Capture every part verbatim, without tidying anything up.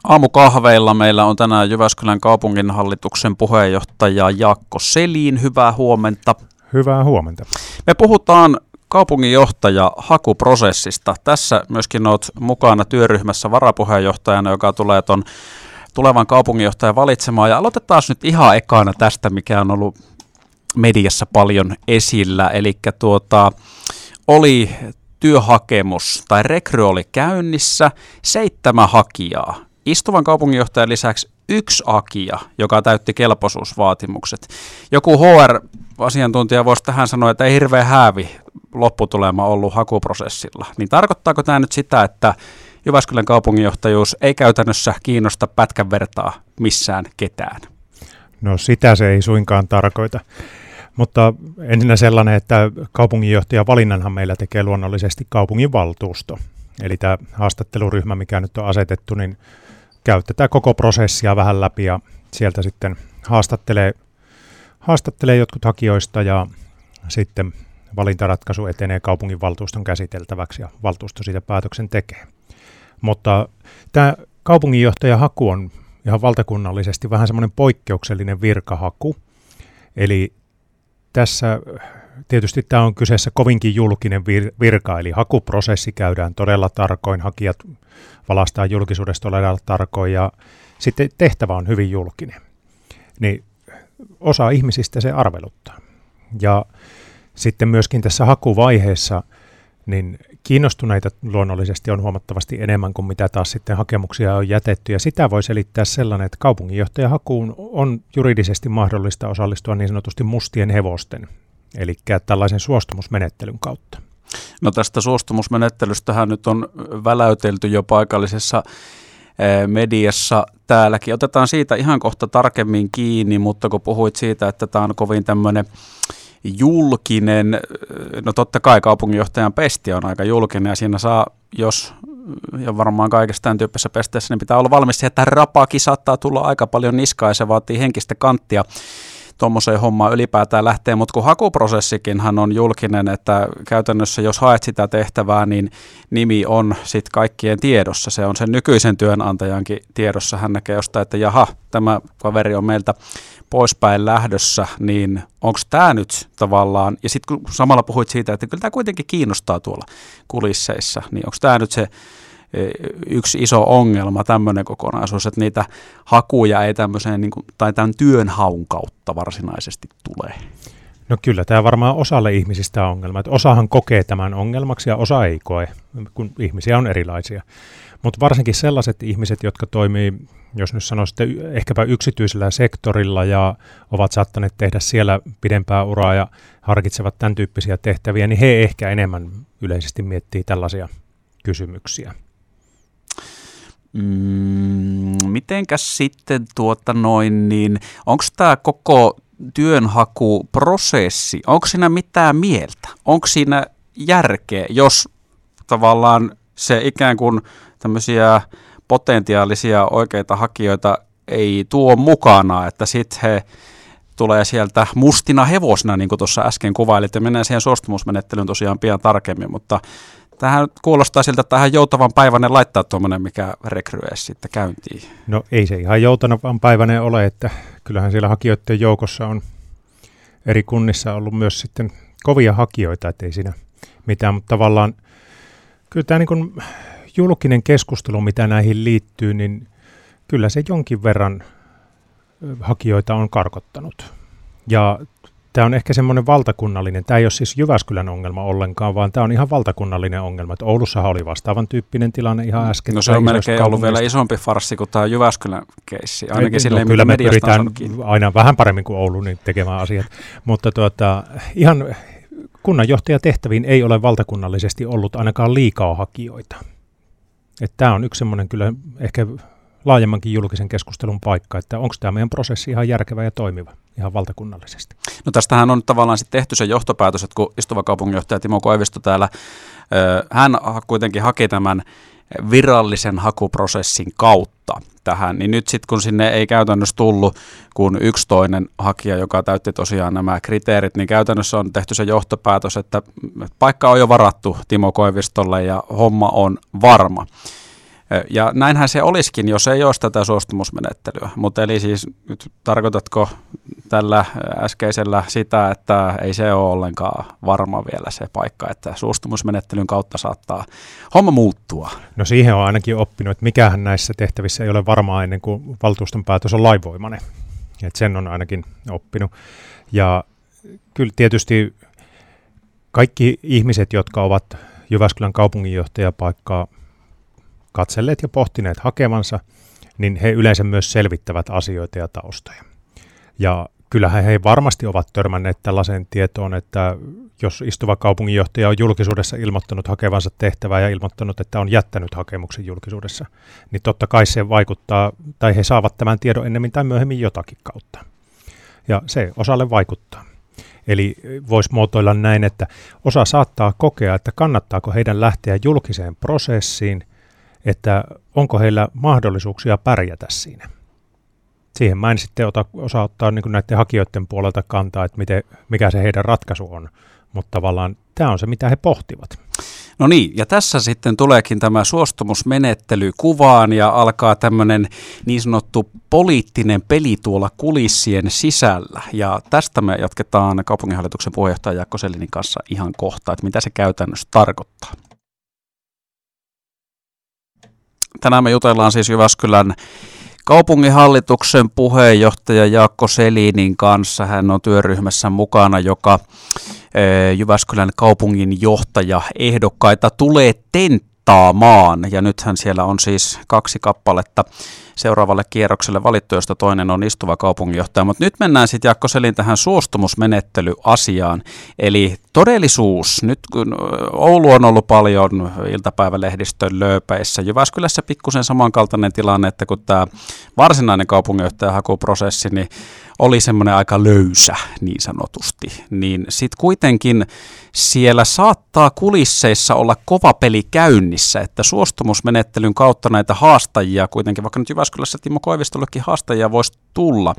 Aamukahveilla meillä on tänään Jyväskylän kaupunginhallituksen puheenjohtaja Jaakko Selin. Hyvää huomenta. Hyvää huomenta. Me puhutaan kaupunginjohtaja hakuprosessista. Tässä myöskin olet mukana työryhmässä varapuheenjohtajana, joka tulee ton tulevan kaupunginjohtajan valitsemaan. Ja aloitetaan nyt ihan ekana tästä, mikä on ollut mediassa paljon esillä. Eli tuota, oli työhakemus tai rekry oli käynnissä, seitsemän hakijaa. Istuvan kaupunginjohtajan lisäksi yksi hakija, joka täytti kelpoisuusvaatimukset. Joku H R-asiantuntija voisi tähän sanoa, että ei hirveän häävi lopputulema ollut hakuprosessilla. Niin tarkoittaako tämä nyt sitä, että Jyväskylän kaupunginjohtajuus ei käytännössä kiinnosta pätkän vertaa missään ketään? No sitä se ei suinkaan tarkoita. Mutta ensinnä sellainen, että kaupunginjohtajan valinnanhan meillä tekee luonnollisesti kaupunginvaltuusto. Eli tämä haastatteluryhmä, mikä nyt on asetettu, niin käy tätä koko prosessia vähän läpi ja sieltä sitten haastattelee, haastattelee jotkut hakijoista ja sitten valintaratkaisu etenee kaupunginvaltuuston käsiteltäväksi ja valtuusto siitä päätöksen tekee. Mutta tämä kaupunginjohtajan haku on ihan valtakunnallisesti vähän semmoinen poikkeuksellinen virkahaku. Eli tässä tietysti tämä on kyseessä kovinkin julkinen vir- virka, eli hakuprosessi käydään todella tarkoin, hakijat valaistaan julkisuudesta todella tarkoin ja sitten tehtävä on hyvin julkinen. Niin osa ihmisistä se arveluttaa. Ja sitten myöskin tässä hakuvaiheessa niin kiinnostuneita luonnollisesti on huomattavasti enemmän kuin mitä taas sitten hakemuksia on jätetty. Ja sitä voi selittää sellainen, että kaupunginjohtajan hakuun on juridisesti mahdollista osallistua niin sanotusti mustien hevosten, eli tällaisen suostumusmenettelyn kautta. No tästä suostumusmenettelystähän nyt on väläytelty jo paikallisessa mediassa täälläkin. Otetaan siitä ihan kohta tarkemmin kiinni, mutta kun puhuit siitä, että tämä on kovin tämmöinen julkinen, no totta kai kaupunginjohtajan pesti on aika julkinen ja siinä saa, jos, ja varmaan kaikessa tämän tyyppisessä pesteessä, niin pitää olla valmis siihen, että rapaakin saattaa tulla aika paljon niskaa ja se vaatii henkistä kanttia tuommoiseen hommaan ylipäätään lähtee, mutta kun hakuprosessikinhan on julkinen, että käytännössä jos haet sitä tehtävää, niin nimi on sitten kaikkien tiedossa. Se on sen nykyisen työnantajankin tiedossa. Hän näkee jostain, että jaha, tämä kaveri on meiltä poispäin lähdössä, niin onko tämä nyt tavallaan, ja sitten kun samalla puhuit siitä, että kyllä tämä kuitenkin kiinnostaa tuolla kulisseissa, niin onko tämä nyt se yksi iso ongelma, tämmöinen kokonaisuus, että niitä hakuja ei tämmöiseen, niin kuin, tai tämän työnhaun kautta varsinaisesti tule? No kyllä, tämä varmaan osalle ihmisistä on ongelma. Että osahan kokee tämän ongelmaksi ja osa ei koe, kun ihmisiä on erilaisia. Mutta varsinkin sellaiset ihmiset, jotka toimii, jos nyt sanoisitte, ehkäpä yksityisellä sektorilla ja ovat saattaneet tehdä siellä pidempää uraa ja harkitsevat tämän tyyppisiä tehtäviä, niin he ehkä enemmän yleisesti miettii tällaisia kysymyksiä. Mm, mitenkäs sitten tuota noin, niin onko tämä koko työnhakuprosessi, onko siinä mitään mieltä? Onko siinä järkeä, jos tavallaan se ikään kuin tämmöisiä potentiaalisia oikeita hakijoita ei tuo mukana, että sitten he tulee sieltä mustina hevosina, niin kuin tuossa äsken kuvailit, ja mennään siihen suostumusmenettelyyn tosiaan pian tarkemmin, mutta tähän kuulostaa siltä, että tähän joutavan päiväinen laittaa tuommoinen, mikä rekryessä sitten käyntiin. No ei se ihan joutavan päiväinen ole, että kyllähän siellä hakijoiden joukossa on eri kunnissa ollut myös sitten kovia hakijoita, ettei siinä mitään, mutta tavallaan kyllä tämä niin kuin julkinen keskustelu, mitä näihin liittyy, niin kyllä se jonkin verran hakijoita on karkottanut. Ja tämä on ehkä semmoinen valtakunnallinen, tämä ei ole siis Jyväskylän ongelma ollenkaan, vaan tämä on ihan valtakunnallinen ongelma. Että Oulussahan oli vastaavan tyyppinen tilanne ihan äsken. No se on melkein ollut vielä isompi farssi kuin tämä Jyväskylän keissi. Ainakin no, silleen, kyllä me pyritään aina vähän paremmin kuin Oulu niin tekemään asiat. Mutta tuota, ihan kunnanjohtajatehtäviin ei ole valtakunnallisesti ollut ainakaan liikaa hakijoita. Että tämä on yksi semmoinen kyllä ehkä laajemmankin julkisen keskustelun paikka, että onko tämä meidän prosessi ihan järkevä ja toimiva ihan valtakunnallisesti. No tästähän on tavallaan sitten tehty se johtopäätös, että kun istuva kaupunginjohtaja Timo Koivisto täällä, hän kuitenkin haki tämän virallisen hakuprosessin kautta tähän, niin nyt sitten kun sinne ei käytännössä tullut kuin yksi toinen hakija, joka täytti tosiaan nämä kriteerit, niin käytännössä on tehty se johtopäätös, että paikka on jo varattu Timo Koivistolle ja homma on varma. Ja näinhän se olisikin, jos ei olisi tätä suostumusmenettelyä. Mutta eli siis nyt tarkoitatko tällä äskeisellä sitä, että ei se ole ollenkaan varma vielä se paikka, että suostumusmenettelyn kautta saattaa homma muuttua? No siihen on ainakin oppinut, että mikähän näissä tehtävissä ei ole varmaa ennen kuin valtuuston päätös on lainvoimainen. Että sen on ainakin oppinut. Ja kyllä tietysti kaikki ihmiset, jotka ovat Jyväskylän kaupunginjohtajapaikkaa katselleet ja pohtineet hakevansa, niin he yleensä myös selvittävät asioita ja taustoja. Ja kyllähän he varmasti ovat törmänneet tällaiseen tietoon, että jos istuva kaupunginjohtaja on julkisuudessa ilmoittanut hakevansa tehtävää ja ilmoittanut, että on jättänyt hakemuksen julkisuudessa, niin totta kai se vaikuttaa, tai he saavat tämän tiedon ennemmin tai myöhemmin jotakin kautta. Ja se osalle vaikuttaa. Eli voisi muotoilla näin, että osa saattaa kokea, että kannattaako heidän lähteä julkiseen prosessiin, että onko heillä mahdollisuuksia pärjätä siinä. Siihen mä en sitten ota, osaa ottaa niin kuin näiden hakijoiden puolelta kantaa, että miten, mikä se heidän ratkaisu on, mutta tavallaan tämä on se, mitä he pohtivat. No niin, ja tässä sitten tuleekin tämä suostumusmenettely kuvaan ja alkaa tämmöinen niin sanottu poliittinen peli tuolla kulissien sisällä. Ja tästä me jatketaan kaupunginhallituksen puheenjohtaja Jaakko Selinin kanssa ihan kohta, että mitä se käytännössä tarkoittaa. Tänään me jutellaan siis Jyväskylän kaupunginhallituksen puheenjohtaja Jaakko Selinin kanssa. Hän on työryhmässä mukana, joka Jyväskylän kaupungin johtaja ehdokkaita tulee tenttaamaan. Ja nythän siellä on siis kaksi kappaletta seuraavalle kierrokselle valittu, josta toinen on istuva kaupunginjohtaja. Mutta nyt mennään sitten Jaakko Selin tähän suostumusmenettelyasiaan. Eli todellisuus, nyt kun Oulu on ollut paljon iltapäivälehdistön lööpeissä, Jyväskylässä pikkusen samankaltainen tilanne, että kun tämä varsinainen kaupunginjohtajahakuprosessi, niin oli semmoinen aika löysä niin sanotusti, niin sitten kuitenkin siellä saattaa kulisseissa olla kova peli käynnissä, että suostumusmenettelyn kautta näitä haastajia kuitenkin, vaikka nyt Jyväskylässä Timo Koivistollekin haastajia voisi tulla.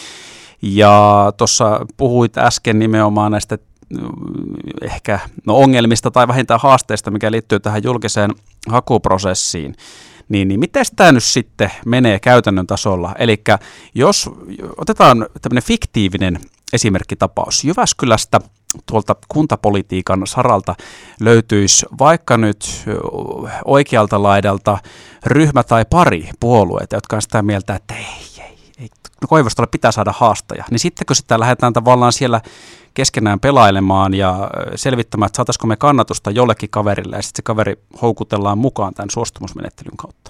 Ja tuossa puhuit äsken nimenomaan näistä ehkä no ongelmista tai vähintään haasteista, mikä liittyy tähän julkiseen hakuprosessiin. Niin, niin miten tämä nyt sitten menee käytännön tasolla? Eli jos otetaan tämmöinen fiktiivinen esimerkkitapaus. Jyväskylästä tuolta kuntapolitiikan saralta löytyisi vaikka nyt oikealta laidalta ryhmä tai pari puolueita, jotka on sitä mieltä, että ei, ei, ei Koivistolle pitää saada haastaja. Niin sitten kun sitä lähdetään tavallaan siellä keskenään pelailemaan ja selvittämään, että saataisiko me kannatusta jollekin kaverille ja sitten se kaveri houkutellaan mukaan tämän suostumusmenettelyn kautta.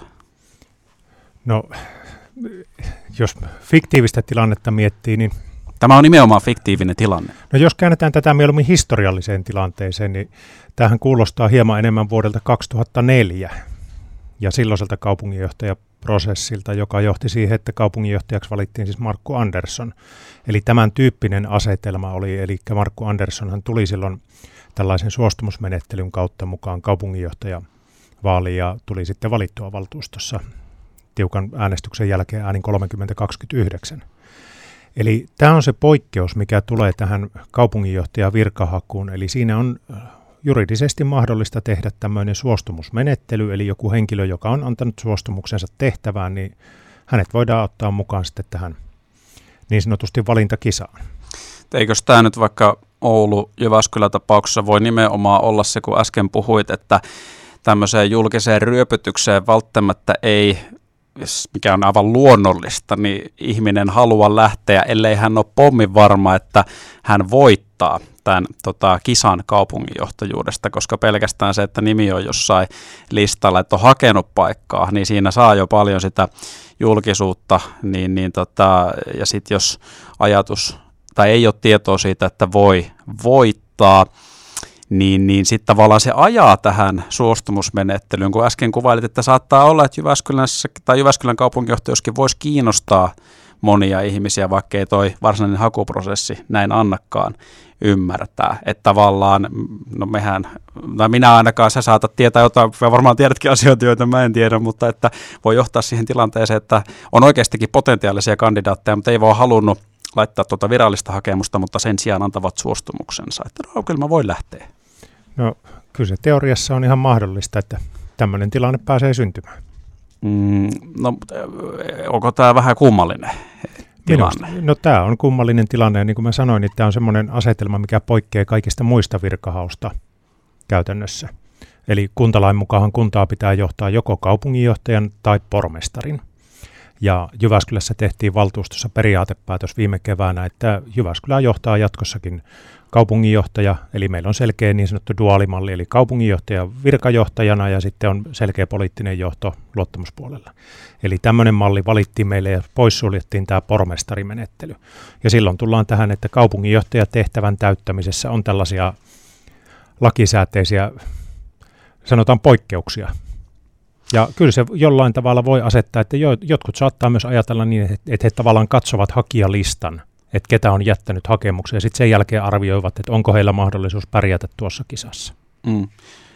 No, jos fiktiivistä tilannetta miettii, niin tämä on nimenomaan fiktiivinen tilanne. No jos käännetään tätä mieluummin historialliseen tilanteeseen, niin tämähän kuulostaa hieman enemmän vuodelta kaksituhattaneljä ja silloiselta kaupunginjohtajaprosessilta, joka johti siihen, että kaupunginjohtajaksi valittiin siis Markku Andersson. Eli tämän tyyppinen asetelma oli, eli Markku Anderssonhan tuli silloin tällaisen suostumusmenettelyn kautta mukaan kaupunginjohtajavaaliin ja tuli sitten valittua valtuustossa tiukan äänestyksen jälkeen äänin kolmekymmentä kaksikymmentäyhdeksän. Eli tämä on se poikkeus, mikä tulee tähän kaupunginjohtajan virkahakuun, eli siinä on juridisesti mahdollista tehdä tämmöinen suostumusmenettely, eli joku henkilö, joka on antanut suostumuksensa tehtävään, niin hänet voidaan ottaa mukaan sitten tähän niin sanotusti valintakisaan. Eikös tämä nyt vaikka Oulu-Jyväskylä-tapauksessa voi nimenomaan olla se, kun äsken puhuit, että tämmöiseen julkiseen ryöpytykseen välttämättä ei, mikä on aivan luonnollista, niin ihminen haluaa lähteä, ellei hän ole pommin varma, että hän voittaa tämän tota, kisan kaupunginjohtajuudesta, koska pelkästään se, että nimi on jossain listalla, että on hakenut paikkaa, niin siinä saa jo paljon sitä julkisuutta, niin, niin tota, ja sitten jos ajatus, tai ei ole tietoa siitä, että voi voittaa, niin, niin sitten tavallaan se ajaa tähän suostumusmenettelyyn, kun äsken kuvailit, että saattaa olla, että Jyväskylässä tai Jyväskylän kaupunginjohtajuuskin voisi kiinnostaa monia ihmisiä, vaikka ei toi varsinainen hakuprosessi näin annakaan ymmärtää. Että tavallaan, no mehän, tai minä ainakaan, sä saatat tietää jotain, varmaan tiedätkin asioita, joita mä en tiedä, mutta että voi johtaa siihen tilanteeseen, että on oikeastikin potentiaalisia kandidaatteja, mutta ei vaan halunnut laittaa tuota virallista hakemusta, mutta sen sijaan antavat suostumuksensa, että no, kyllä mä voin lähteä. No kyllä se teoriassa on ihan mahdollista, että tämmöinen tilanne pääsee syntymään. Mm, no, onko tämä vähän kummallinen tilanne? Minusta, no tämä on kummallinen tilanne, ja niin kuin mä sanoin, niin tämä on semmoinen asetelma, mikä poikkeaa kaikista muista virkahausta käytännössä. Eli kuntalain mukaan kuntaa pitää johtaa joko kaupunginjohtajan tai pormestarin. Ja Jyväskylässä tehtiin valtuustossa periaatepäätös viime keväänä, että Jyväskylää johtaa jatkossakin kaupunginjohtaja, eli meillä on selkeä niin sanottu duaalimalli, eli kaupunginjohtaja virkajohtajana ja sitten on selkeä poliittinen johto luottamuspuolella. Eli tämmöinen malli valittiin meille ja poissuljettiin tämä pormestarimenettely. Ja silloin tullaan tähän, että kaupunginjohtajan tehtävän täyttämisessä on tällaisia lakisääteisiä, sanotaan poikkeuksia. Ja kyllä se jollain tavalla voi asettaa, että jotkut saattaa myös ajatella niin, että he tavallaan katsovat hakijalistan, että ketä on jättänyt hakemuksen, ja sitten sen jälkeen arvioivat, että onko heillä mahdollisuus pärjätä tuossa kisassa. Mm.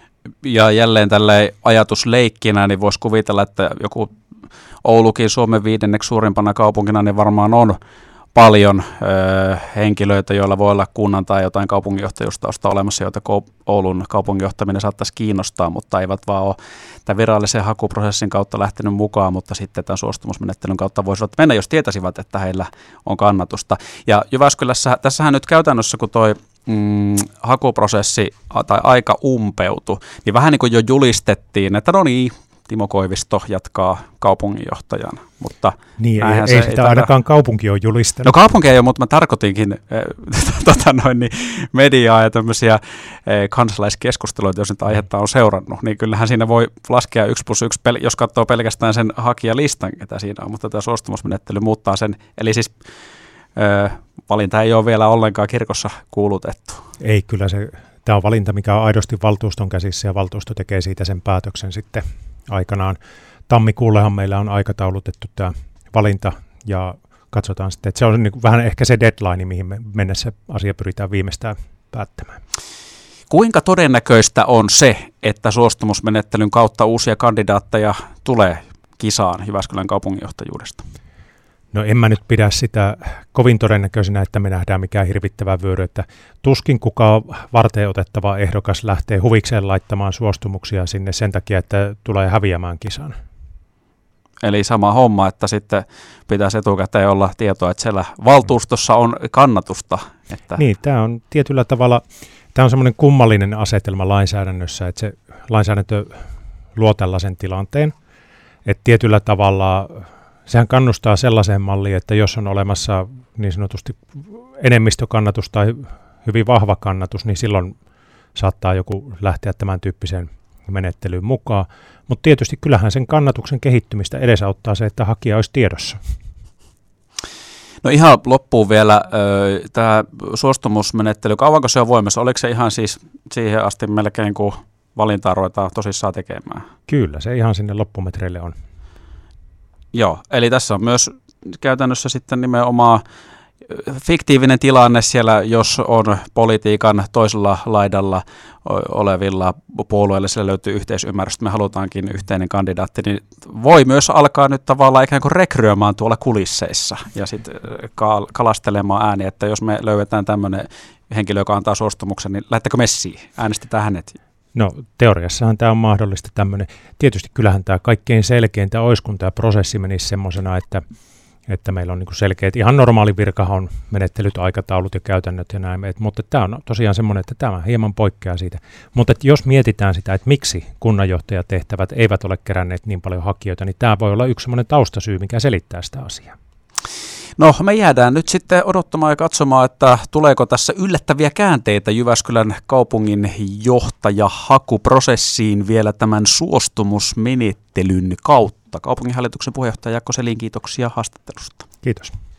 Ja jälleen tälleen ajatusleikkinä, niin voisi kuvitella, että joku Oulukin Suomen viidenneksi suurimpana kaupunkina, niin varmaan on paljon ö, henkilöitä, joilla voi olla kunnan tai jotain kaupunginjohtajustausta olemassa, joita Oulun kaupunginjohtaminen saattaisi kiinnostaa, mutta eivät vaan ole tämän virallisen hakuprosessin kautta lähtenyt mukaan, mutta sitten tämän suostumusmenettelyn kautta voisivat mennä, jos tietäisivät, että heillä on kannatusta. Ja Jyväskylässä, tässähän nyt käytännössä, kun toi mm, hakuprosessi tai aika umpeutui, niin vähän niin kuin jo julistettiin, että no niin, Timo Koivisto jatkaa kaupunginjohtajana, mutta niin, ei, se, ei sitä ei ainakaan kaupunki ole julistanut. No kaupunki ei ole, mutta mä tarkoitinkin äh, tota noin, niin mediaa ja tämmöisiä äh, kansalaiskeskusteluita, jos nyt aihetta on seurannut, niin kyllähän siinä voi laskea yksi plus yksi, pel- jos katsoo pelkästään sen hakijalistan, ketä siinä on, mutta tämä suostumusmenettely muuttaa sen, eli siis äh, valinta ei ole vielä ollenkaan kirkossa kuulutettu. Ei, kyllä se, tämä on valinta, mikä on aidosti valtuuston käsissä ja valtuusto tekee siitä sen päätöksen sitten aikanaan. Tammikuullehan meillä on aikataulutettu tämä valinta ja katsotaan sitten, että se on niin kuin vähän ehkä se deadline, mihin me mennessä asia pyritään viimeistään päättämään. Kuinka todennäköistä on se, että suostumusmenettelyn kautta uusia kandidaatteja tulee kisaan Jyväskylän kaupunginjohtajuudesta? No en mä nyt pidä sitä kovin todennäköisenä, että me nähdään mikään hirvittävä vyöry, että tuskin kukaan varten otettava ehdokas lähtee huvikseen laittamaan suostumuksia sinne sen takia, että tulee häviämään kisan. Eli sama homma, että sitten pitäisi etukäteen olla tietoa, että siellä valtuustossa on kannatusta. Että niin, tämä on tietyllä tavalla, tämä on semmoinen kummallinen asetelma lainsäädännössä, että se lainsäädäntö luo tällaisen tilanteen, että tietyllä tavalla sehän kannustaa sellaiseen malliin, että jos on olemassa niin sanotusti enemmistökannatus tai hyvin vahva kannatus, niin silloin saattaa joku lähteä tämän tyyppiseen menettelyyn mukaan. Mutta tietysti kyllähän sen kannatuksen kehittymistä edesauttaa se, että hakija olisi tiedossa. No ihan loppuun vielä tämä suostumusmenettely. Kauanko se on voimassa? Oliko se ihan siis siihen asti melkein, kun valintaa ruvetaan tosissaan tekemään? Kyllä, se ihan sinne loppumetreille on. Joo, eli tässä on myös käytännössä sitten nimenomaan fiktiivinen tilanne siellä, jos on politiikan toisella laidalla olevilla puolueilla, siellä löytyy yhteisymmärrystä, me halutaankin yhteinen kandidaatti, niin voi myös alkaa nyt tavallaan ikään kuin rekryömään tuolla kulisseissa ja sitten kalastelemaan ääniä, että jos me löydetään tämmöinen henkilö, joka antaa suostumuksen, niin lähettekö messiin, äänestetään hänet? No teoriassahan tämä on mahdollista tämmöinen. Tietysti kyllähän tämä kaikkein selkeintä olisi, kun tämä prosessi menisi semmoisena, että, että meillä on niin kuin selkeät, ihan normaali virkahon menettelyt, aikataulut ja käytännöt ja näin. Et, mutta tämä on tosiaan semmoinen, että tämä hieman poikkeaa siitä. Mutta jos mietitään sitä, että miksi kunnanjohtajatehtävät eivät ole keränneet niin paljon hakijoita, niin tämä voi olla yksi semmoinen taustasyy, mikä selittää sitä asiaa. No me jäädään nyt sitten odottamaan ja katsomaan, että tuleeko tässä yllättäviä käänteitä Jyväskylän kaupungin johtajahakuprosessiin vielä tämän suostumusmenettelyn kautta. Kaupunginhallituksen puheenjohtaja Jaakko Selin, kiitoksia haastattelusta. Kiitos.